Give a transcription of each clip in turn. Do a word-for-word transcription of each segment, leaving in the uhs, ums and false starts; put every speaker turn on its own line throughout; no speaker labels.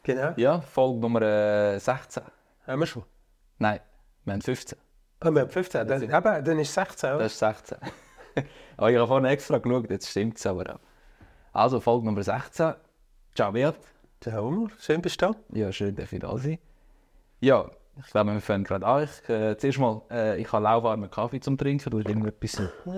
Genau.
Ja, Folge Nummer äh, sechzehn.
Haben wir schon?
Nein, wir haben fünfzehn.
Ah, wir haben fünfzehn. Dann, eben, dann ist es sechzehn, oder?
Das ist sechzehn. Aber ich habe vorhin extra geschaut, jetzt stimmt es aber auch. Also, Folge Nummer sechzehn. Ciao, Beat.
Ciao, Omar. Schön bist du da.
Ja, schön, dass ich da sein. Ja, ich glaube, wir fangen gerade an. Ich, äh, zuerst mal, äh, ich habe lauwarmen Kaffee zum Trinken. Du hast irgendetwas...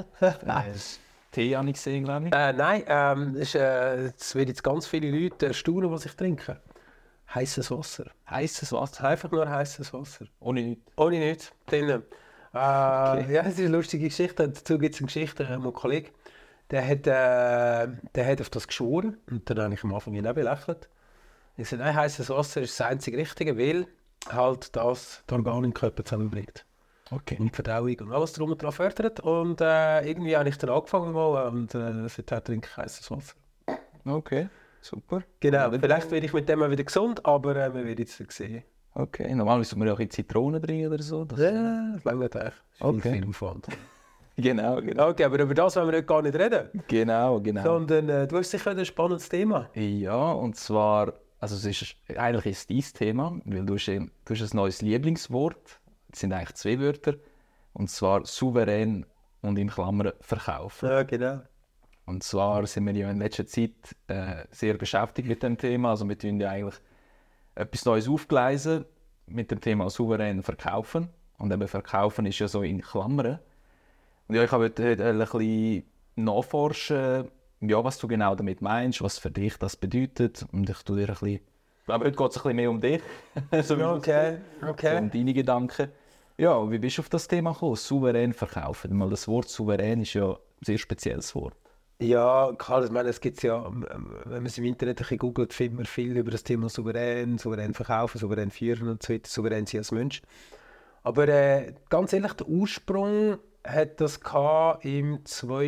Äh, Tee habe ich gesehen, glaube ich.
Äh, nein, ähm, das, ist, äh, das werden jetzt ganz viele Leute erstaunen, was ich trinke. Heißes Wasser.
Heißes Wasser.
Einfach nur heißes Wasser.
Ohne nichts.
Ohne nichts drinnen. Äh,
Okay.
Ja, es ist eine lustige Geschichte. Dazu gibt es eine Geschichte. Äh, mein Kollege, der hat, äh, der hat auf das geschworen. Und dann habe ich am Anfang ihn auch belächelt. Ich sagte, nein, heißes Wasser ist das einzige Richtige, weil halt das die Organe im Körper zusammenbringt.
Okay.
Und die Verdauung und alles drum und dran fördert. Und äh, irgendwie habe ich dann angefangen mal und äh, seitdem trinke ich heißes Wasser.
Okay, super.
Genau,
Ja,
vielleicht werde ich mit dem auch wieder gesund, aber äh, wir werden jetzt sehen.
Okay, normalerweise muss man ja auch in Zitronen drin oder so. Das...
Ja, das lange nicht echt. Das ist
Okay.
viel, viel Aufwand.
Genau, genau.
Okay, aber über das wollen wir heute gar nicht reden.
Genau, genau.
Sondern äh, du hast sicher ein spannendes Thema.
Ja, und zwar, also es ist, eigentlich ist es dein Thema, weil du hast, ein, du hast ein neues Lieblingswort. Es sind eigentlich zwei Wörter. Und zwar souverän und in Klammern verkaufen.
Ja, genau.
Und zwar sind wir ja in letzter Zeit äh, sehr beschäftigt mit dem Thema. Also wir tun ja eigentlich etwas Neues aufgleisen mit dem Thema souverän verkaufen. Und eben verkaufen ist ja so in Klammern. Und ja, ich habe heute heute ein bisschen nachforschen, ja, was du genau damit meinst, was für dich das bedeutet. Und ich tue dir ein bisschen, ich glaube, heute geht es ein bisschen mehr um dich. so wie
Okay,
so
okay.
um deine Gedanken. Ja, wie bist du auf das Thema gekommen? Souverän verkaufen. Mal das Wort souverän ist ja ein sehr spezielles Wort.
Ja, klar, ich meine, es gibt ja, ähm, wenn man es im Internet ein bisschen googelt, findet man viel über das Thema souverän, souverän verkaufen, souverän führen und so weiter, souverän sein als Mensch. Aber äh, ganz ehrlich, der Ursprung hat das gehabt im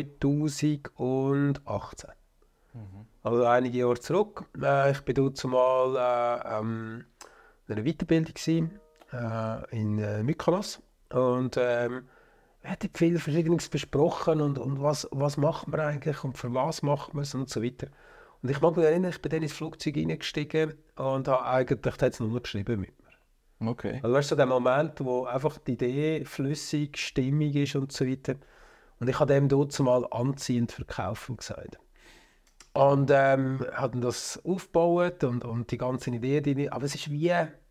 zweitausendachtzehn. Also einige Jahre zurück. Äh, ich war dort zumal äh, ähm, in einer Weiterbildung gewesen, äh, in äh, Mykonos. Und ähm, wir hatten viel Verschiedenes besprochen und, und was, was macht man eigentlich und für was macht man es und so weiter. Und ich mag mich erinnern, ich bin dann ins Flugzeug reingestiegen und habe eigentlich, da hat es nur noch geschrieben mit mir.
Okay.
Also weißt du, so der Moment, wo einfach die Idee flüssig, stimmig ist und so weiter. Und ich habe dem dort mal anziehend verkaufen gesagt. Und ähm, haben das aufgebaut und, und die ganzen Ideen drin. Aber es ist wie,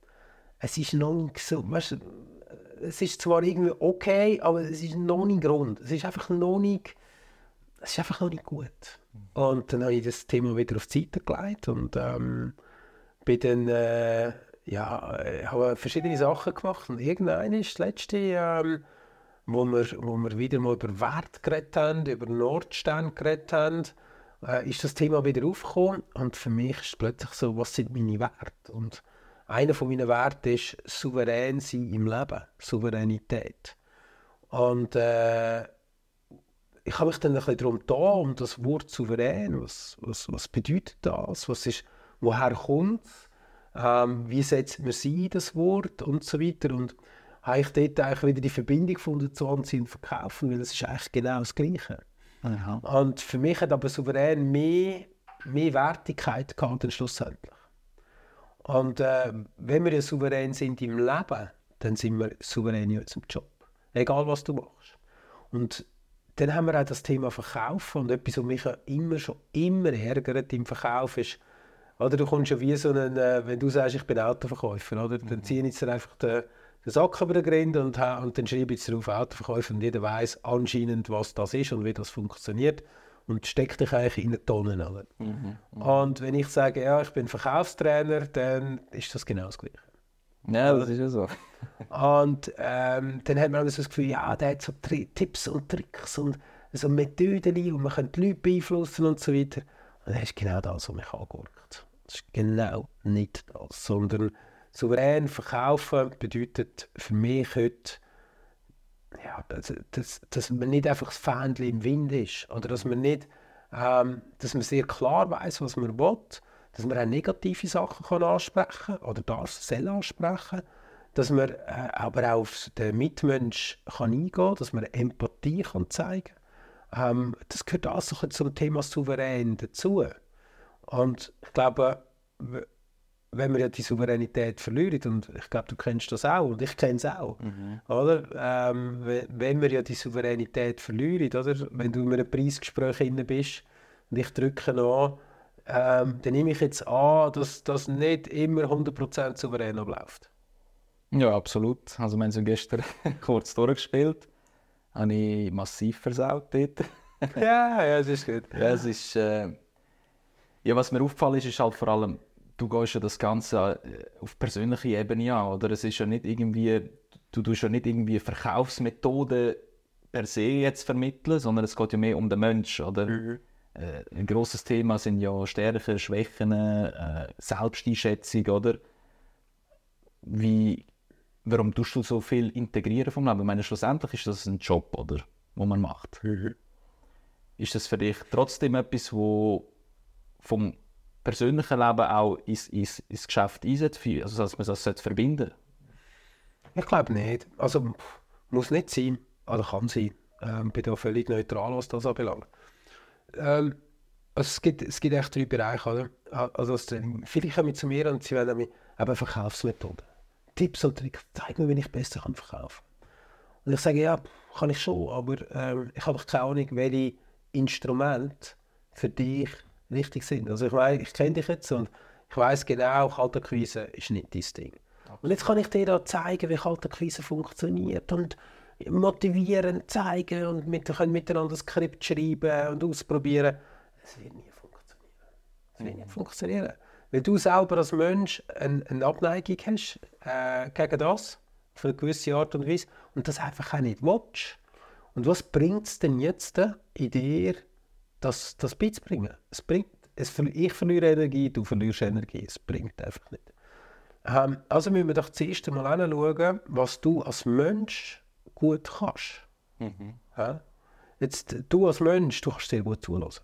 es ist noch nicht so, weißt du, es ist zwar irgendwie okay, aber es ist noch nicht rund. Es ist einfach noch nicht, es ist einfach noch nicht gut. Und dann habe ich das Thema wieder auf die Seite gelegt und ähm, bin dann, äh, ja, äh, habe verschiedene Sachen gemacht. Und irgendein ist das letzte, ähm, wo, wir, wo wir wieder mal über Wert geredet haben, über Nordstern geredet haben, äh, ist das Thema wieder aufgekommen. Und für mich ist es plötzlich so, was sind meine Werte? Und einer von meinen Werten ist souverän sein im Leben, Souveränität. Und äh, ich habe mich dann ein bisschen darum getan, um das Wort souverän, was, was, was bedeutet das, was ist, woher kommt es, ähm, wie setzt man es ein, das Wort und so weiter. Und habe ich dort eigentlich wieder die Verbindung gefunden zu Anziehen und Verkaufen, weil es ist eigentlich genau das Gleiche.
Aha.
Und für mich hat aber souverän mehr, mehr Wertigkeit gehabt dann schlussendlich. Und äh, wenn wir ja souverän sind im Leben, dann sind wir souverän in unserem Job. Egal, was du machst. Und dann haben wir auch das Thema Verkaufen. Und etwas, was mich ja immer schon immer ärgert im Verkauf ist, oder du kommst ja wie so einen, äh, wenn du sagst, ich bin Autoverkäufer, oder? Dann ziehe ich jetzt einfach den, den Sack über den Grind und, und dann schreibe ich jetzt drauf Autoverkäufer und jeder weiss anscheinend, was das ist und wie das funktioniert. Und steckt dich eigentlich in eine Tonne. Oder?
Mhm.
Und wenn ich sage, ja, ich bin Verkaufstrainer, dann ist das genau das Gleiche.
Ja, das ist ja so.
Und ähm, dann hat man auch so das Gefühl, ja, der hat so Tri- Tipps und Tricks und so Methoden und man kann die Leute beeinflussen und so weiter. Und das ist genau das, was mich angurkt. Das ist genau nicht das, sondern souverän verkaufen bedeutet für mich heute, ja, dass, dass, dass man nicht einfach das Fähnchen im Wind ist oder dass man nicht, ähm, dass man sehr klar weiß, was man will, dass man auch negative Sachen kann ansprechen oder darf, soll ansprechen, dass man äh, aber auch auf den Mitmensch kann eingehen kann, dass man Empathie kann zeigen kann. Ähm, das gehört alles zum Thema Souverän dazu. Und ich glaube, wenn wir ja die Souveränität verlieren, und ich glaube, du kennst das auch, und ich kenne es auch,
Mhm.
oder? Ähm, we- wenn wir ja die Souveränität verlieren, oder? Wenn du in einem Preisgespräch inne bist und ich drücke an, ähm, dann nehme ich jetzt an, dass das nicht immer hundert Prozent souverän abläuft.
Ja, absolut. Also wir haben so gestern kurz durchgespielt. Habe ich massiv versaut dort.
Ja, ja, das ist gut.
Ja, es ist, äh, ja, was mir aufgefallen ist, ist halt vor allem, du gehst ja das Ganze äh, auf persönliche Ebene an, oder? Es ist ja nicht irgendwie, du tust ja nicht irgendwie Verkaufsmethoden per se jetzt vermitteln, sondern es geht ja mehr um den Menschen, oder?
Mhm.
Äh, ein grosses Thema sind ja Stärken, Schwächen, äh, Selbsteinschätzung, oder? Wie, warum tust du so viel integrieren vom Leben? Ich meine, schlussendlich ist das ein Job, oder? Den man macht.
Mhm.
Ist das für dich trotzdem etwas, wo vom persönlichen Leben auch ins, ins, ins Geschäft einsetzt, also dass man das sollte verbinden sollte?
Ich glaube nicht. Also pff, muss nicht sein, oder kann sein. Ähm, bin da völlig neutral, was das anbelangt. Ähm, also es gibt, es gibt echt drei Bereiche, oder? Also das Training. Viele kommen zu mir und sie wollen mich eben Verkaufsmethoden. Tipps und Tricks, zeig mir, wie ich besser kann verkaufen kann. Und ich sage, ja, kann ich schon, aber ähm, ich habe keine Ahnung, welche Instrumente für dich richtig sind. Also ich meine, ich kenne dich jetzt und ich weiss genau, Kaltakquise ist nicht dein Ding. Und jetzt kann ich dir da zeigen, wie Kaltakquise funktioniert und motivieren, zeigen und wir können miteinander ein Skript schreiben und ausprobieren. Es wird nie funktionieren. Es wird nicht funktionieren. Weil du selber als Mensch eine, eine Abneigung hast äh, gegen das, auf eine gewisse Art und Weise, und das einfach auch nicht willst. Und was bringt es denn jetzt in dir, das, das beizubringen? Es bringt, es, ich verliere Energie, du verlierst Energie. Es bringt einfach nicht. Ähm, also müssen wir doch zuerst einmal anschauen, was du als Mensch gut kannst.
Mhm.
Ja? Jetzt, du als Mensch, du kannst sehr gut zulassen.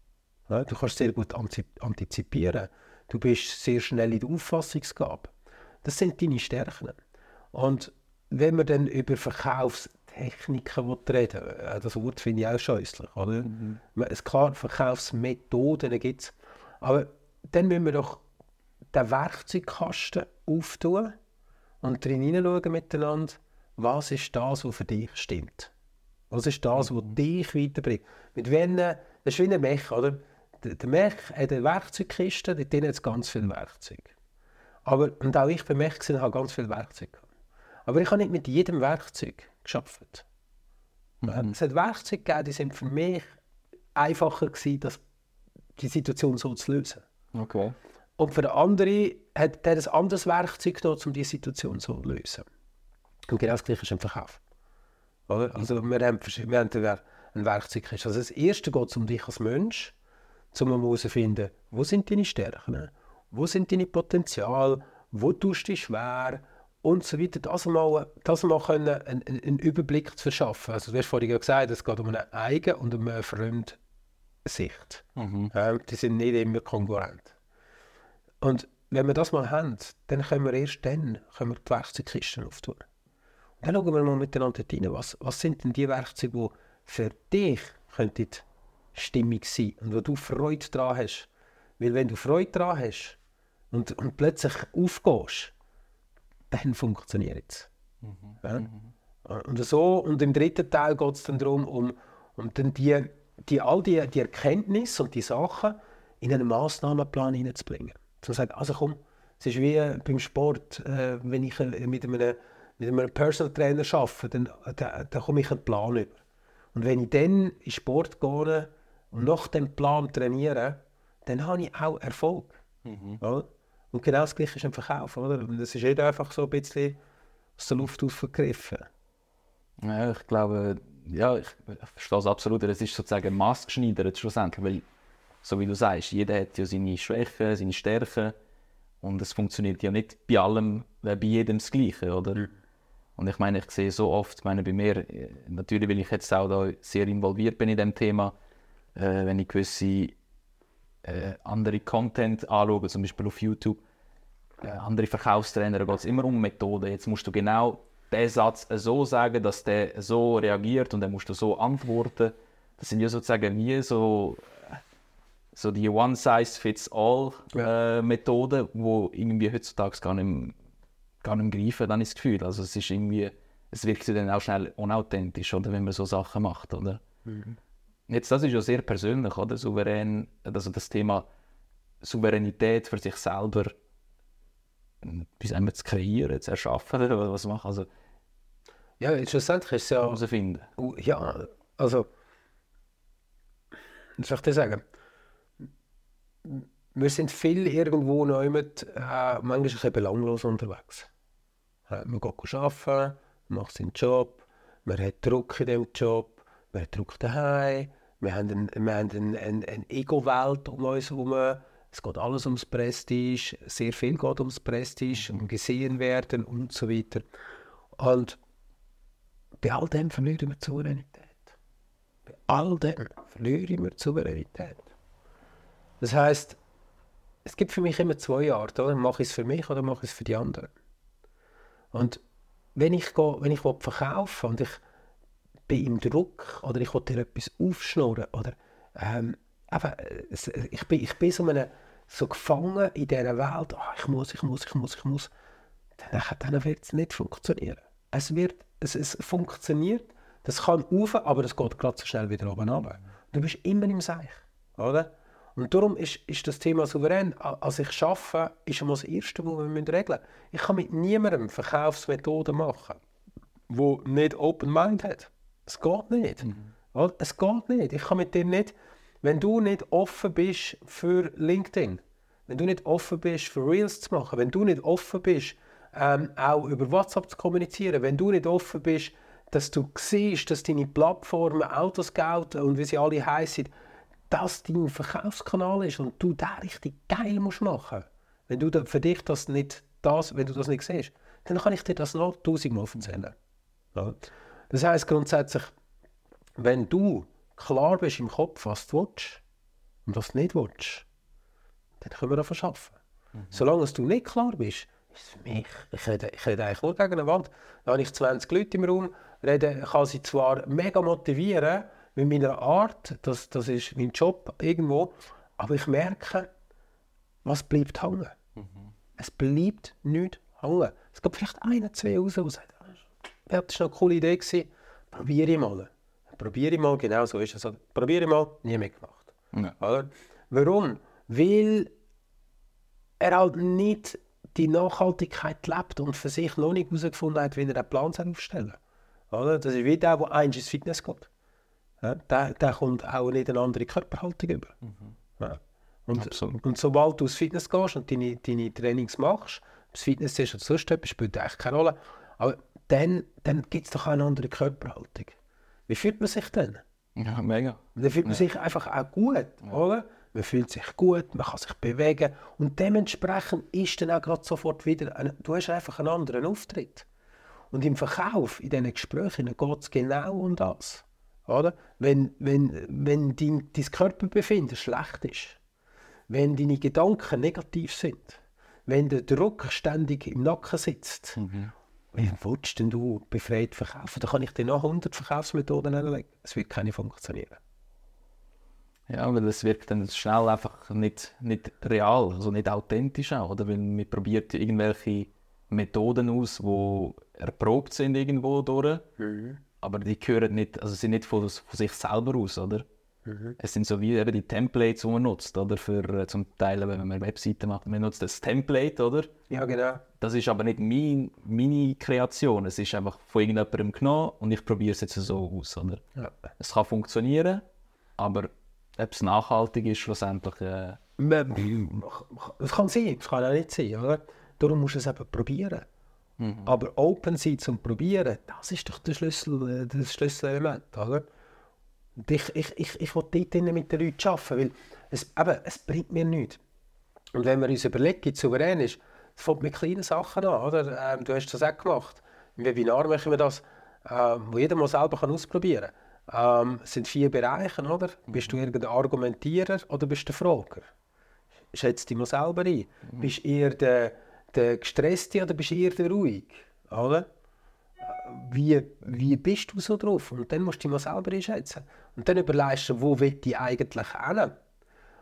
Ja? Du kannst sehr gut antizipieren. Du bist sehr schnell in der Auffassungsgabe. Das sind deine Stärken. Und wenn wir dann über Verkaufstechniken reden, äh, das Wort finde ich auch scheußlich. Oder?
Mhm.
Es klar, Verkaufsmethoden gibt es. Aber dann müssen wir doch den Werkzeugkasten auftun und drin hineinschauen miteinander, was ist das, was für dich stimmt. Was ist das, was dich weiterbringt. Mit welchen, das ist wie ein Mech, oder? Der, der Mech hat eine Werkzeugkiste, dort drin hat es ganz viele Werkzeuge. Aber, und auch ich beim Mech gesehen, habe ganz viele Werkzeuge. Aber ich habe nicht mit jedem Werkzeug gearbeitet.
Mhm.
Es hat Werkzeuge gegeben, die sind für mich einfacher gewesen, das, die Situation so zu lösen.
Okay.
Und für den anderen hat er ein anderes Werkzeug genommen, um diese Situation so zu lösen. Und genau das Gleiche ist im Verkauf. Oder? Also wir haben, wir haben ein Werkzeug. Also das Erste geht es um dich als Mensch, um herauszufinden, wo sind deine Stärken, wo sind deine Potenziale, wo tust du dich schwer und so weiter. Das mal, das mal können, einen, einen Überblick zu verschaffen. Also du hast vorhin gesagt, es geht um eine eigene und um eine fremde Sicht.
Mhm.
Ja, die sind nicht immer konkurrent. Und wenn wir das mal haben, dann können wir erst dann können wir die Werkzeugkisten auftun. Und dann schauen wir mal miteinander rein, was, was sind denn die Werkzeuge, die für dich könnten stimmig sein und wo du Freude daran hast. Weil wenn du Freude daran hast und, und plötzlich aufgehst, dann funktioniert es.
Mhm.
Ja?
Mhm.
Und, so, und im dritten Teil geht es dann darum, um, um dann die, die, all die, die Erkenntnisse und die Sachen in einen Massnahmenplan hineinzubringen. Zu sagen, also komm, es ist wie beim Sport, äh, wenn ich äh, mit, einem, mit einem Personal Trainer arbeite, dann, dann, dann komme ich einen Plan über. Und wenn ich dann in Sport gehe und nach dem Plan trainiere, dann habe ich auch Erfolg.
Mhm.
Oder? Und genau das Gleiche ist im Verkauf. Oder? Und das ist nicht einfach so ein bisschen aus der Luft aufgegriffen.
Ja, ich glaube, ja, ich, ich verstehe es absolut. Es ist sozusagen maßgeschneidert schlussendlich, weil, so wie du sagst, jeder hat ja seine Schwächen, seine Stärken und es funktioniert ja nicht bei allem, äh, bei jedem das Gleiche, oder? Mhm. Und ich meine, ich sehe so oft, ich meine, bei mir, natürlich, weil ich jetzt auch da sehr involviert bin in dem Thema, äh, wenn ich gewisse äh, andere Content anschaue, zum Beispiel auf YouTube, äh, andere Verkaufstrainer, da geht es immer um Methoden. Jetzt musst du genau den Satz so sagen, dass der so reagiert und dann musst du so antworten. Das sind ja sozusagen wie so so die One-Size-Fits-All-Methode, ja. äh, wo irgendwie heutzutage gar nicht, gar nicht greifen, dann ist das Gefühl. Also es ist irgendwie, es wirkt dann auch schnell unauthentisch, oder, wenn man so Sachen macht, oder? Mhm. Jetzt, das ist ja sehr persönlich, oder? Souverän, also das Thema Souveränität für sich selber, wie sagen wir, zu kreieren, zu erschaffen, oder was machen. Also,
ja, schlussendlich ist es ja...
herausfinden.
Ja, also... Was soll ich dir sagen? Wir sind viel irgendwo noch immer, äh, manchmal ein bisschen belanglos unterwegs. Äh, man geht arbeiten, macht seinen Job, man hat Druck in diesem Job, man hat Druck daheim, wir haben eine, wir haben eine, eine, eine Ego-Welt um uns herum. Es geht alles ums Prestige, sehr viel geht ums Prestige, um gesehen werden und so weiter. Und bei all dem verlieren wir die Souveränität. Bei all dem verlieren wir die Souveränität. Das heisst, es gibt für mich immer zwei Arten. Oder? Mache ich es für mich oder mache ich es für die anderen? Und wenn ich, gehe, wenn ich verkaufe und ich bin im Druck oder ich will dir etwas aufschnurren oder ähm, eben, ich, bin, ich bin so, eine, so gefangen in dieser Welt, oh, ich muss, ich muss, ich muss, ich muss, dann, dann wird es nicht funktionieren. Es, wird, es, es funktioniert, das kann rauf, aber das geht gerade so schnell wieder oben runter. Du bist immer im Seich, oder? Und darum ist, ist das Thema souverän. Als ich arbeite, ist immer das Erste, was wir regeln müssen. Ich kann mit niemandem Verkaufsmethoden machen, die nicht Open Mind hat. Es geht nicht. Mhm. Es geht nicht. Ich kann mit dir nicht, wenn du nicht offen bist für LinkedIn, wenn du nicht offen bist für Reels zu machen, wenn du nicht offen bist, ähm, auch über WhatsApp zu kommunizieren, wenn du nicht offen bist, dass du siehst, dass deine Plattformen, Autoscout und wie sie alle heißen, dass dein Verkaufskanal ist und du den richtig geil musst machen. Wenn du da, für dich das nicht, das, wenn du das nicht siehst, dann kann ich dir das noch tausendmal erzählen. Ja. Das heisst grundsätzlich, wenn du klar bist im Kopf, was du willst und was du nicht willst, dann können wir davon arbeiten. Mhm. Solange du nicht klar bist, ist es für mich, ich rede, ich rede eigentlich nur gegen eine Wand. Da habe ich zwanzig Leute im Raum, rede, kann sie zwar mega motivieren, mit meiner Art, das, das ist mein Job irgendwo, aber ich merke, was bleibt hängen. Mhm. Es bleibt nichts hängen. Es gibt vielleicht einen, zwei raus, die sagen, das war noch eine coole Idee, probiere ich mal. Probiere ich mal, genau so ist es. Also, probiere ich mal, nie mehr gemacht. Ja. Oder? Warum? Weil er halt nicht die Nachhaltigkeit lebt und für sich noch nicht herausgefunden hat, wie er einen Plan aufstellen soll. Das ist wie der, der einst ins Fitness geht. Ja, der, der kommt auch nicht eine andere Körperhaltung über. Mhm. Ja. Und, und sobald du ins Fitness gehst und deine, deine Trainings machst, ob es Fitness ist oder sonst etwas, spielt eigentlich keine Rolle, aber dann, dann gibt es doch auch eine andere Körperhaltung. Wie fühlt man sich denn?
Ja, mega.
Dann fühlt man ja. sich einfach auch gut, ja. oder? Man fühlt sich gut, man kann sich bewegen und dementsprechend ist dann auch gerade sofort wieder, ein, du hast einfach einen anderen Auftritt. Und im Verkauf, in diesen Gesprächen, geht es genau um das. Oder? Wenn, wenn, wenn dein, dein Körperbefinden schlecht ist, wenn deine Gedanken negativ sind, wenn der Druck ständig im Nacken sitzt, mhm. wie willst denn du befreit verkaufen? Da kann ich dir noch hundert Verkaufsmethoden anlegen. Es wird keine funktionieren.
Ja, weil es wirkt dann schnell einfach nicht, nicht real, also nicht authentisch auch. Oder? Weil man probiert irgendwelche Methoden aus, die erprobt sind irgendwo durch. Mhm. Aber die gehören nicht, also sind nicht von, von sich selber aus, oder? Mhm. Es sind so wie eben die Templates, die man nutzt, oder? Für, äh, zum Teil, wenn man Webseiten macht, man nutzt das Template, oder?
Ja, genau.
Das ist aber nicht mein, meine Kreation, es ist einfach von irgendjemandem genommen und ich probiere es jetzt so aus, oder? Ja. Es kann funktionieren, aber ob es nachhaltig ist, schlussendlich... Äh...
Es kann sein, es kann auch nicht sein, oder? Darum musst du es eben probieren. Mhm. Aber open sein zum Probieren, das ist doch der Schlüssel, das Schlüsselelement, oder? Und ich, ich, ich, ich will dort mit den Leuten arbeiten, weil es, eben, es bringt mir nichts. Und wenn wir uns überlegen, wie souverän ist, es fängt mit kleinen Sachen an, oder? Ähm, du hast das auch gemacht. Im Webinar machen wir das, ähm, wo jeder mal selber kann ausprobieren kann. Ähm, es sind vier Bereiche, oder? Mhm. Bist du irgendein Argumentierer oder bist du der Frager? Schätze dich mal selber ein. Mhm. Bist du eher der der Gestresste oder bist du eher der Ruhig? Oder? Wie, wie bist du so drauf? Und dann musst du dich mal selber einschätzen. Und dann überlegst du, wo will ich eigentlich hin?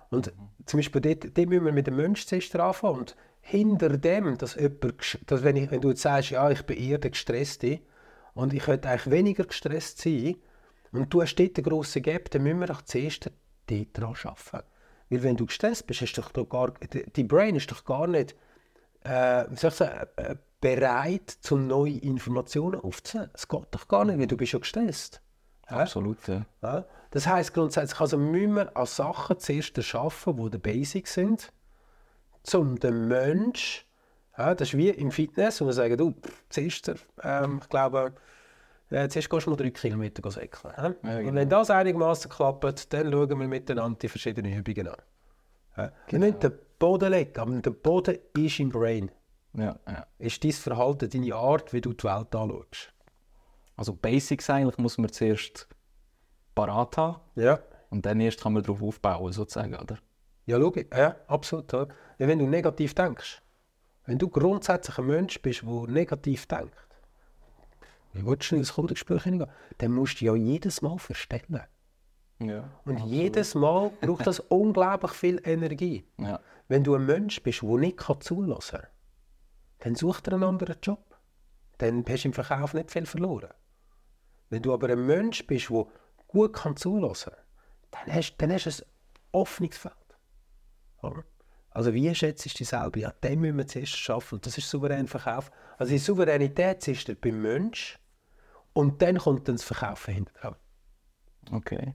Und zum Beispiel dort, dort müssen wir mit dem Menschen zuerst anfangen. Und hinter dem, dass jemand, dass wenn, ich, wenn du jetzt sagst, ja, ich bin eher der Gestresste und ich könnte eigentlich weniger gestresst sein, und du hast dort einen grossen Gap, dann müssen wir doch zuerst dort dran arbeiten. Weil wenn du gestresst bist, ist doch gar, dein Brain ist doch gar nicht äh, wie soll ich sagen, äh, bereit, um neue Informationen aufzunehmen. Es geht doch gar nicht, weil du bist ja gestresst. Ja?
Absolut, ja.
Ja? Das heisst grundsätzlich, also müssen wir an Sachen zuerst schaffen, die die Basics sind, um den Menschen, ja, das ist wie im Fitness, wo wir sagen, du, zuerst, ähm, ich glaube, äh, zuerst gehst du mal drei Kilometer säckeln. Ja? Ja, genau. Und wenn das einigermaßen klappt, dann schauen wir miteinander die verschiedenen Übungen an. Ja? Genau. Wir müssen den Boden legen, aber der Boden ist im Brain.
Ja, ja.
Ist dein Verhalten, deine Art, wie du die Welt anschaust.
Also Basics eigentlich muss man zuerst parat haben.
Ja.
Und dann erst kann man darauf aufbauen, sozusagen, oder?
Ja, logisch. Ja, absolut. Ja. Wenn du negativ denkst, wenn du grundsätzlich ein Mensch bist, der negativ denkt, wie willst du in das Kundengespräch hineingehen? Dann musst du ja jedes Mal verstellen.
Ja,
und
absolut.
jedes Mal braucht das unglaublich viel Energie.
Ja.
Wenn du ein Mensch bist, der nicht zulassen kann, dann such dir einen anderen Job. Dann hast du im Verkauf nicht viel verloren. Wenn du aber ein Mensch bist, der gut kann zulassen kann, dann hast, dann hast du ein offenes Feld. Oder? Also wie schätzt du dich selber? Ja, den müssen wir zuerst schaffen. Das ist souverän Verkauf. Also die Souveränität ist beim Mensch und dann kommt dann das Verkaufen hinterher.
Okay.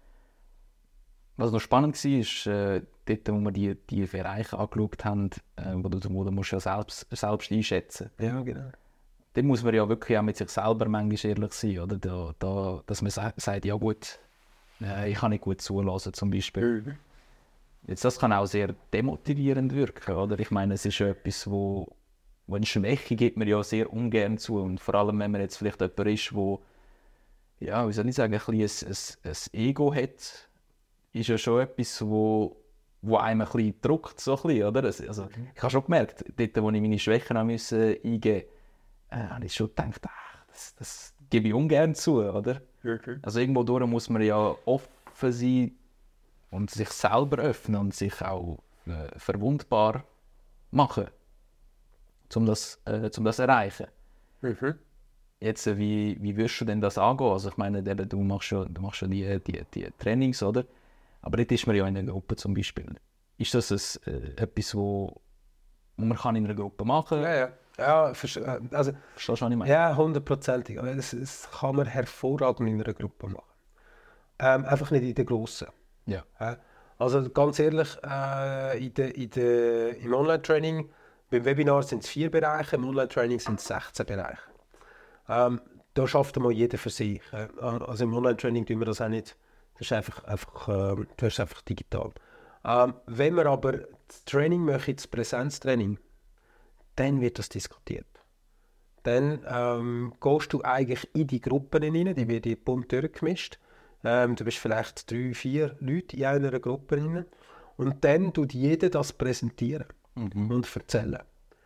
Was noch spannend war, ist, äh, dort, wo wir die, die Bereiche angeschaut haben, äh, wo du, wo du musst ja selbst, selbst einschätzen musst.
Ja, genau.
Dann muss man ja wirklich auch mit sich selber manchmal ehrlich sein, oder? Da, da, dass man sa- sagt, ja gut, äh, ich kann nicht gut zulassen, zum Beispiel.
Mhm.
Jetzt, das kann auch sehr demotivierend wirken, oder? Ich meine, es ist ja etwas, wo, wo eine Schwäche gibt man ja sehr ungern zu. Und vor allem, wenn man jetzt vielleicht jemand ist, wo, ja, wie soll ich sagen, ein bisschen ein, ein, ein Ego hat, ist ja schon etwas, wo, wo einem ein bisschen drückt, so ein bisschen, oder? Also, ich habe schon gemerkt, dort, wo ich meine Schwächen auch müssen eingeben musste, äh, habe ich schon gedacht, ach, das, das gebe ich ungern zu, oder?
Okay.
Also irgendwo durch muss man ja offen sein und sich selber öffnen und sich auch äh, verwundbar machen, um das, äh, um das zu erreichen.
Mhm.
Jetzt, äh, wie, wie wirst du denn das angehen? Also ich meine, eben, du machst schon, du machst schon die, die, die Trainings, oder? Aber dort ist man ja in einer Gruppe zum Beispiel. Ist das ein, äh, etwas, wo, wo man kann in einer Gruppe machen kann?
Ja, ja. Ja, vers- also,
Verstehst du, was ich meine?
ja, hundertprozentig. Das, das kann man hervorragend in einer Gruppe machen. Ähm, einfach nicht in der grossen.
Ja.
Ja. Also ganz ehrlich, äh, in der, in der, im Online-Training, beim Webinar sind es vier Bereiche, im Online-Training sind es sechzehn Bereiche. Ähm, da schafft mal jeder für sich. Äh, also im Online-Training tun wir das auch nicht. Das ist einfach, einfach, äh, das ist einfach digital. Ähm, wenn wir aber das Training machen, das Präsenztraining, dann wird das diskutiert. Dann ähm, gehst du eigentlich in die Gruppen hinein, die werden bunt durchgemischt. Ähm, du bist vielleicht drei, vier Leute in einer Gruppe hinein. Und dann tut jeder das präsentieren
Mhm.
und erzählen.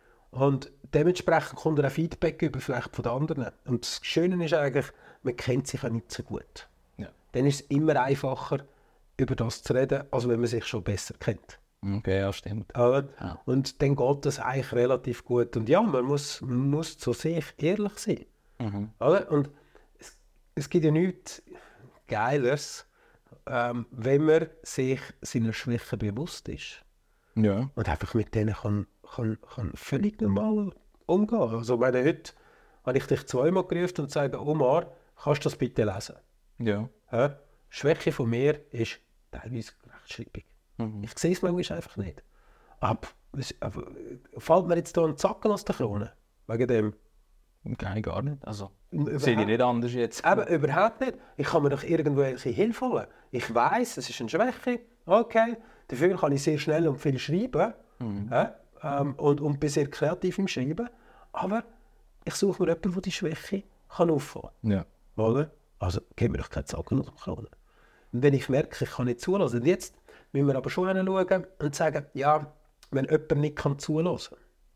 Und dementsprechend kommt er auch Feedback über vielleicht von den anderen. Und das Schöne ist eigentlich, man kennt sich ja nicht so gut.
Ja.
Dann ist es immer einfacher, über das zu reden, als wenn man sich schon besser kennt.
Okay, ja, stimmt.
Oder?
Ja.
Und dann geht das eigentlich relativ gut. Und ja, man muss, man muss zu sich ehrlich sein.
Mhm.
Oder? Und es, es gibt ja nichts Geileres, ähm, wenn man sich seiner Schwächen bewusst ist.
Ja.
Und einfach mit denen kann, kann, kann völlig normal umgehen. Also ich meine, heute habe ich dich zweimal gerufen und gesagt, Omar, kannst du das bitte lesen?
Ja.
Ja? Schwäche von mir ist teilweise Rechtschreibung.
Mhm.
Ich sehe es manchmal einfach nicht. Aber, es- aber fällt mir jetzt hier ein Zacken aus der Krone? Wegen dem?
Nein, gar nicht. Also,
Überhaupt-
sehe ich nicht anders jetzt.
Eben, überhaupt nicht. Ich kann mir doch irgendwelche Hilfe holen. Ich weiss, es ist eine Schwäche. Okay. Dafür kann ich sehr schnell und viel schreiben.
Mhm.
Ja? Ähm, und, und bin sehr kreativ im Schreiben. Aber ich suche mir jemanden, der die Schwäche kann auffangen
Ja.
kann. Oder? Also, gib mir doch keine Zacken aus der Krone. Und wenn ich merke, ich kann nicht zulassen, und jetzt müssen wir aber schon hinschauen und sagen, ja, wenn jemand nicht kann zulassen,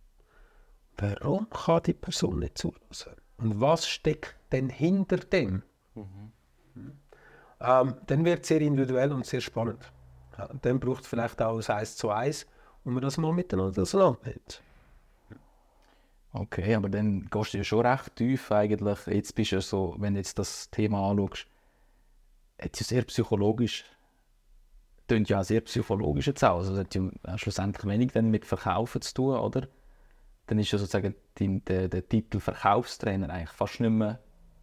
warum kann die Person nicht zulassen? Und was steckt denn hinter dem?
Mhm.
Ähm, dann wird es sehr individuell und sehr spannend. Ja, dann braucht es vielleicht auch ein eins zu eins, wo man das mal miteinander auseinandernimmt.
Okay, aber dann gehst du ja schon recht tief eigentlich. Jetzt bist du ja so, wenn du jetzt das Thema anschaust, jetzt ist ja sehr psychologisch. Tönt ja auch sehr psychologisch jetzt auch. Also das hat ja schlussendlich wenig dann mit Verkaufen zu tun, oder? Dann ist ja sozusagen die, der, der Titel Verkaufstrainer eigentlich fast nicht mehr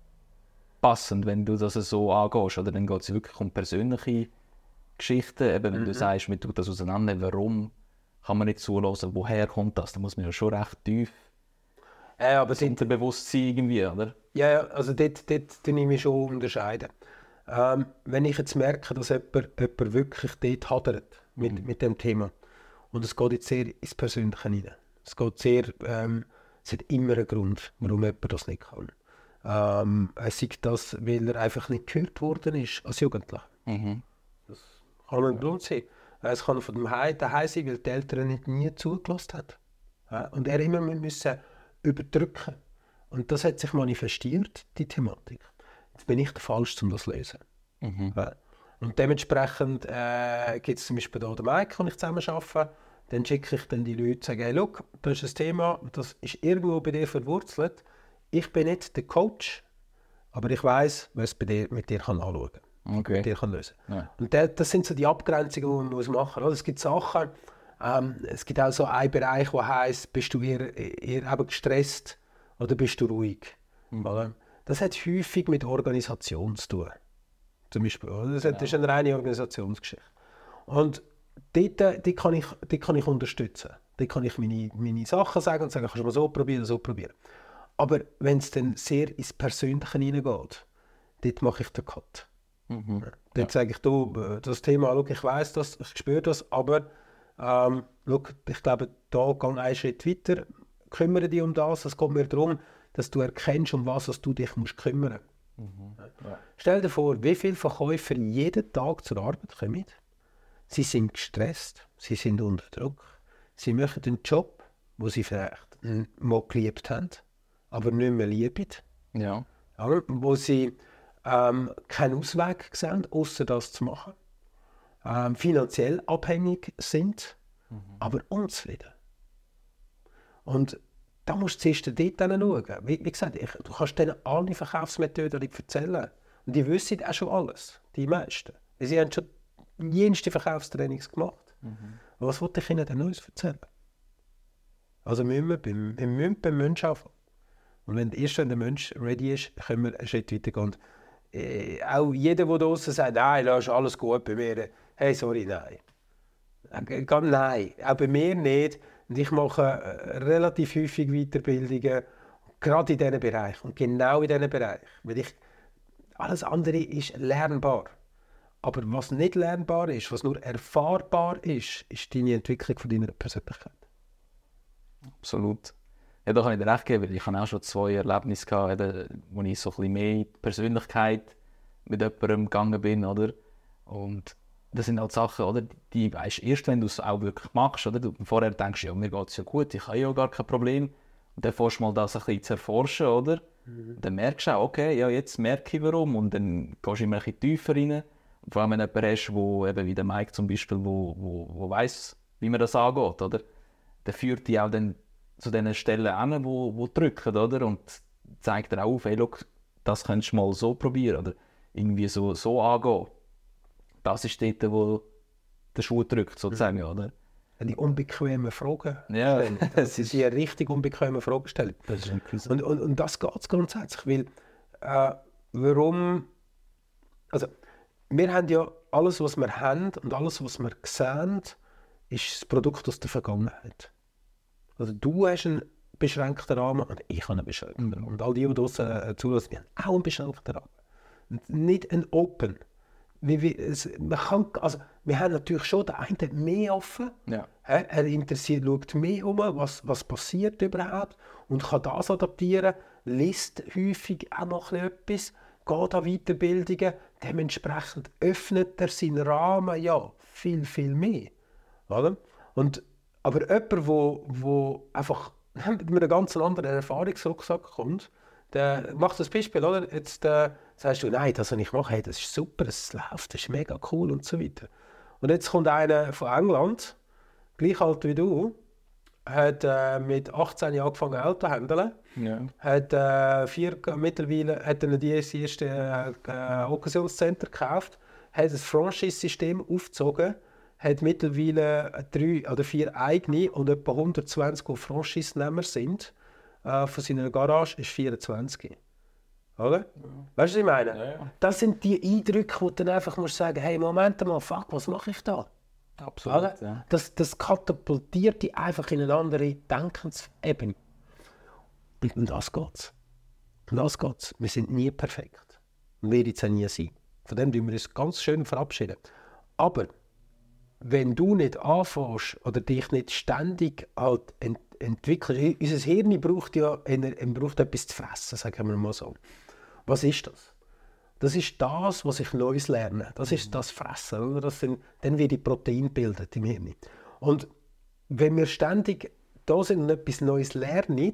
passend, wenn du das so angehst. Oder dann geht es wirklich um persönliche Geschichten. Eben, wenn mhm. du sagst, man tut das auseinander, warum kann man nicht zulassen, woher kommt das? Da muss man ja schon recht tief
äh, aber
das Unterbewusstsein irgendwie, oder?
Ja, also dort, dort nehme ich schon unterscheiden. Ähm, wenn ich jetzt merke, dass jemand, jemand wirklich dort hadert mit, mhm. mit dem Thema und es geht jetzt sehr ins Persönliche rein. Es geht sehr, ähm, es hat immer einen Grund, warum jemand das nicht kann. Ähm, sei das, weil er einfach nicht gehört worden ist als Jugendlicher.
Mhm.
Das kann ein Grund sein. Es kann von dem Heim daheim sein, weil die Eltern nicht nie zugelassen haben. Ja, und er immer müssen überdrücken. Und das hat sich manifestiert, die Thematik. Jetzt bin ich der Falsche, um das zu lösen.
Mhm.
Ja. Und dementsprechend äh, gibt es zum Beispiel hier den Mike, den ich zusammen arbeite. Dann schicke ich dann die Leute und sage, hey, look, das ist ein Thema, das ist irgendwo bei dir verwurzelt. Ich bin nicht der Coach, aber ich weiss, was bei dir, mit dir kann anschauen kann.
Okay.
Mit dir kann lösen.
Ja.
Und das, das sind so die Abgrenzungen, die man muss machen muss. Es gibt Sachen, ähm, es gibt auch so einen Bereich, der heisst, bist du eher, eher eben gestresst oder bist du ruhig? Mhm. Das hat häufig mit Organisation zu tun. Zum Beispiel. Das ist eine reine Organisationsgeschichte. Und dort, dort, kann ich, dort kann ich unterstützen. Dort kann ich meine, meine Sachen sagen und sagen, kannst du mal so probieren, so probieren. Aber wenn es dann sehr ins Persönliche hineingeht, dort mache ich den Cut.
Mhm.
Dort ja. sage ich, du, das Thema, schau, ich weiss das, ich spüre das, aber ähm, schau, ich glaube, da gehe einen Schritt weiter, kümmere dich um das. Es geht mir darum, dass du erkennst, um was du dich musst kümmern musst.
Mhm. Ja.
Stell dir vor, wie viele Verkäufer jeden Tag zur Arbeit kommen. Sie sind gestresst, sie sind unter Druck, sie machen einen Job, wo sie vielleicht mal geliebt haben, aber nicht mehr lieben.
Ja.
Ja, wo sie ähm, keinen Ausweg sehen, außer das zu machen. Ähm, finanziell abhängig sind, mhm. aber unzufrieden. Und da musst du zuerst dort schauen. Wie, wie gesagt, ich, du kannst denen alle Verkaufsmethoden erzählen. Und die wissen auch schon alles, die meisten. Sie haben schon jenste Verkaufstrainings gemacht. Mhm. Was wollte ich ihnen denn Neues erzählen? Also müssen wir beim, wir müssen beim Menschen anfangen. Und wenn, erst wenn der Mensch ready ist, können wir einen Schritt weitergehen. Und, äh, auch jeder, der draussen sagt, nein, das ist alles gut bei mir. Hey, sorry, nein. Äh, nein, auch bei mir nicht. Und ich mache äh, relativ häufig Weiterbildungen, gerade in diesen Bereich. Und genau in diesen Bereich. Weil ich, alles andere ist lernbar. Aber was nicht lernbar ist, was nur erfahrbar ist, ist deine Entwicklung von deiner Persönlichkeit.
Absolut. Ja, da kann ich dir recht geben, weil ich habe auch schon zwei Erlebnisse gehabt, wo ich so ein bisschen mehr in die Persönlichkeit mit jemandem gegangen bin, oder? Und das sind halt Sachen, oder? Die weisst erst, wenn du es auch wirklich machst, oder? Du vorher denkst, ja, mir geht es ja gut, ich habe ja gar kein Problem. Und dann fährst du mal das ein bisschen zu erforschen, oder? Mhm. Dann merkst du auch, okay, ja, jetzt merke ich warum. Und dann gehst du immer ein bisschen tiefer rein. Und vor allem, wenn jemand hast, wo, eben wie der Mike zum Beispiel, wo, wo, wo weiss, wie man das angeht, oder? Der führt dich auch dann zu den Stellen an, wo, wo drücken, oder? Und zeigt dir auch auf, hey, look, das könntest du mal so probieren, oder irgendwie so, so angehen. Das ist dort, wo der Schuh drückt, sozusagen, mhm. oder?
Die unbequemen Fragen.
Ja,
das ist eine richtig unbequeme Fragestellung.
Das ist ein
und, und, und das geht es grundsätzlich, weil äh, warum, also wir haben ja alles, was wir haben und alles, was wir sehen, ist das Produkt aus der Vergangenheit. Also du hast einen beschränkten Rahmen und ich habe einen beschränkten Rahmen. Und all die, die draussen äh, zulassen, haben auch einen beschränkten Rahmen. Und nicht ein Open. Wie, wie, es, man kann, also, wir haben natürlich schon, der eine hat mehr offen.
Ja.
Er interessiert, schaut mehr um, was, was passiert überhaupt und kann das adaptieren, liest häufig auch noch etwas, geht an Weiterbildungen, dementsprechend öffnet er seinen Rahmen ja viel, viel mehr. Oder? Und, aber jemand, der wo, wo einfach mit einem ganz anderen Erfahrungsrucksack kommt, der macht das Beispiel, oder? Jetzt äh, sagst du, nein, das, was ich mache, hey, das ist super, es läuft, das ist mega cool und so weiter. Und jetzt kommt einer von England, gleich alt wie du, hat äh, mit achtzehn Jahren angefangen Auto zu handeln.
Ja.
Hat, äh, vier, mittlerweile hat er das erste äh, äh, Occasionscenter gekauft, hat ein Franchise-System aufgezogen, hat mittlerweile drei oder vier eigene und etwa hundertzwanzig, die Franchise-Nehmer sind. Äh, von seiner Garage ist vierundzwanzig. Oder? Ja. Weißt du, was ich meine?
Ja, ja.
Das sind die Eindrücke, wo du dann einfach musst sagen, hey, Moment mal, fuck, was mache ich da?
Absolut, ja.
Das, das katapultiert dich einfach in eine andere Denkensebene. Und um das geht's. Um das geht's. Wir sind nie perfekt. Und werden es auch nie sein. Von dem tun wir uns ganz schön verabschieden. Aber wenn du nicht anfängst oder dich nicht ständig halt ent- entwickelst, unser Hirn braucht ja braucht etwas zu fressen, sagen wir mal so. Was ist das? Das ist das, was ich Neues lerne. Das ist das Fressen. Oder? Das sind, dann wird die Protein bildet im Hirn. Und wenn wir ständig da sind und etwas Neues lernen,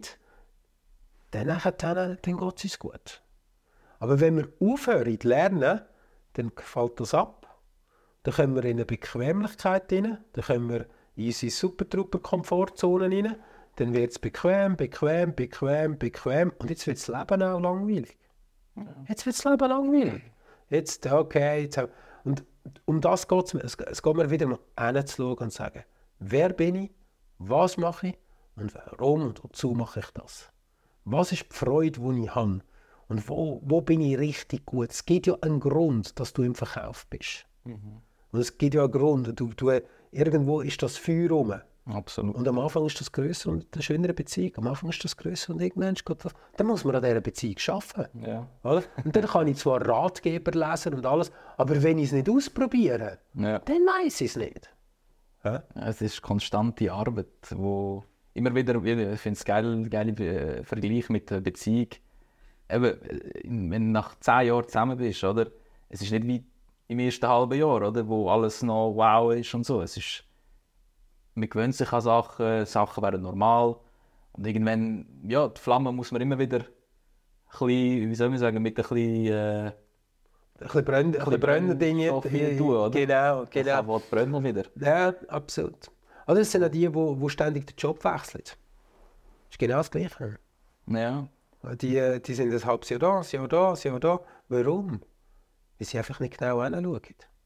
dann, dann, dann geht es uns gut. Aber wenn wir aufhören zu lernen, dann fällt das ab. Dann kommen wir in eine Bequemlichkeit rein, dann kommen wir in unsere Super-Truppe-Komfortzone rein, dann wird es bequem, bequem, bequem, bequem und jetzt wird das Leben auch langweilig. Jetzt wird das Leben langweilig. Jetzt, okay, jetzt, und um das geht es. Es geht mir wieder mal hinzuschauen und zu sagen, wer bin ich, was mache ich und warum und wozu mache ich das? Was ist die Freude, die ich habe? Und wo, wo bin ich richtig gut? Es gibt ja einen Grund, dass du im Verkauf bist. Mhm. Und es gibt ja einen Grund. Du, du, irgendwo ist das Feuer rum.
Absolut.
Und am Anfang ist das grösser und eine schönere Beziehung. Am Anfang ist das grösser und irgendwann geht das. Dann muss man an dieser Beziehung arbeiten.
Ja.
Oder? Und dann kann ich zwar Ratgeber lesen und alles, aber wenn ich es nicht ausprobiere,
ja.
dann weiß ich es nicht.
Ja? Es ist konstante Arbeit, wo immer wieder, ich finde es geil, geile Vergleich mit der Beziehung. Eben, wenn du nach zehn Jahren zusammen bist, oder? Es ist nicht wie im ersten halben Jahr, oder? Wo alles noch wow ist und so. Es ist, man gewöhnt sich an Sachen, Sachen werden normal. Und irgendwann, ja, die Flamme muss man immer wieder ein bisschen, wie soll man sagen, mit ein bisschen... Äh,
ein bisschen brennen, ein bisschen brennen Dinge
tun, oder?
Genau, genau.
Das brennen wieder.
Ja, absolut. Oder es sind auch die, die ständig den Job wechseln. Das ist genau das Gleiche.
Ja.
Die, die sind ein halbes Jahr da, ein Jahr da, ein Jahr da. Warum? Weil sie einfach nicht genau hinschauen.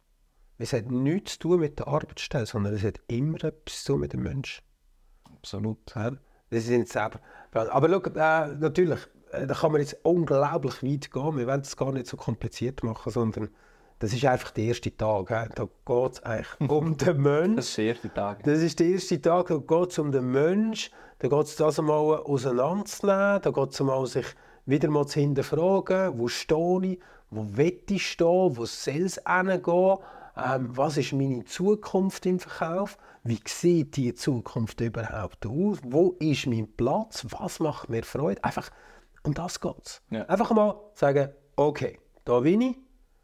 Es hat nichts zu tun mit der Arbeitsstelle, sondern es hat immer etwas zu tun mit dem Menschen.
Absolut.
Ja, das sind selber. Aber schau, äh, natürlich, äh, da kann man jetzt unglaublich weit gehen. Wir wollen es gar nicht so kompliziert machen, sondern das ist einfach der erste Tag. He. Da geht es eigentlich um den Menschen.
Das ist der erste Tag.
Das ist der erste Tag, da geht es um den Menschen. Da geht es das einmal auseinanderzunehmen. Da geht es einmal sich wieder mal zu hinterfragen, wo stehe ich, wo will ich stehen, wo soll es hingehen. Ähm, was ist meine Zukunft im Verkauf? Wie sieht diese Zukunft überhaupt aus? Wo ist mein Platz? Was macht mir Freude? Einfach, um das geht es.
Ja.
Einfach mal sagen, okay, da bin ich.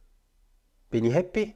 Bin ich happy?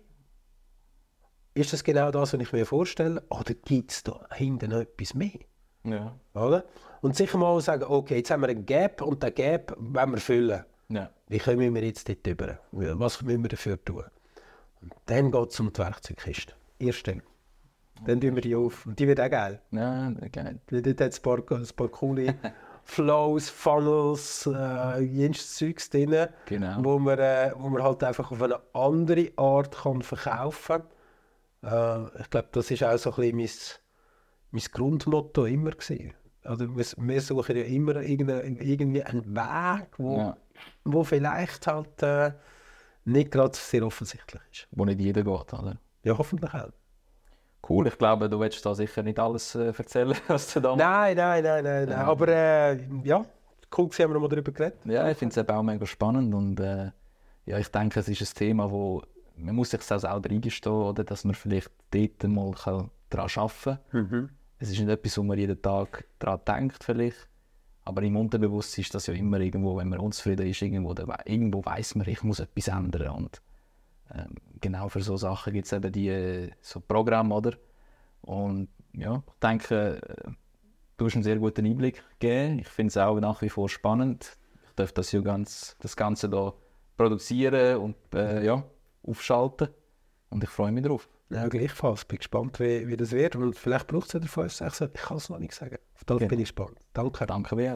Ist das genau das, was ich mir vorstelle? Oder gibt es da hinten noch etwas mehr?
Ja.
Oder? Und sicher mal sagen, okay, jetzt haben wir einen Gap und den Gap wollen wir füllen.
Ja.
Wie kommen wir jetzt dort rüber? Was müssen wir dafür tun? Und dann geht es um die Werkzeugkiste. Erst dann. Dann tun wir die auf. Und die wird auch geil.
Ja, geil.
Dort hat es ein paar, ein paar coole Flows, Funnels, äh, jenes Zeugs drin,
Genau.
wo, man, äh, wo man halt einfach auf eine andere Art kann verkaufen kann. Äh, ich glaube, das ist auch so ein bisschen mein, mein Grundmotto immer gewesen. Also wir, wir suchen ja immer irgendwie einen Weg, wo,
Ja.
wo vielleicht halt äh, nicht gerade sehr offensichtlich ist.
Wo nicht jeder geht, oder?
Ja, hoffentlich auch.
Cool, ich glaube, du willst da sicher nicht alles äh, erzählen, was du da machst.
Nein, nein, nein, nein, nein. Aber äh, ja, cool, dass wir noch mal darüber geredet.
Ja, ich finde es eben auch mega spannend und äh, ja, ich denke, es ist ein Thema, wo man muss sich auch selber eingestehen, oder, dass man vielleicht dort mal daran arbeiten kann.
Mhm.
Es ist nicht etwas, wo man jeden Tag daran denkt vielleicht, aber im Unterbewusstsein ist das ja immer irgendwo, wenn man unzufrieden ist, irgendwo, irgendwo weiss man, ich muss etwas ändern. Und ähm, genau für so Sachen gibt es eben die so Programme, oder? Und ja, ich denke, du hast einen sehr guten Einblick gegeben. Ich finde es auch nach wie vor spannend. Ich darf das, ja ganz, das Ganze hier produzieren und äh, ja, aufschalten. Und ich freue mich drauf.
Ja, gleichfalls. Bin gespannt, wie, wie das wird. Und vielleicht braucht es ja fünf, sechs, ich kann es noch nicht sagen. Auf das
Okay.
bin ich gespannt. Danke.
Danke, Bea.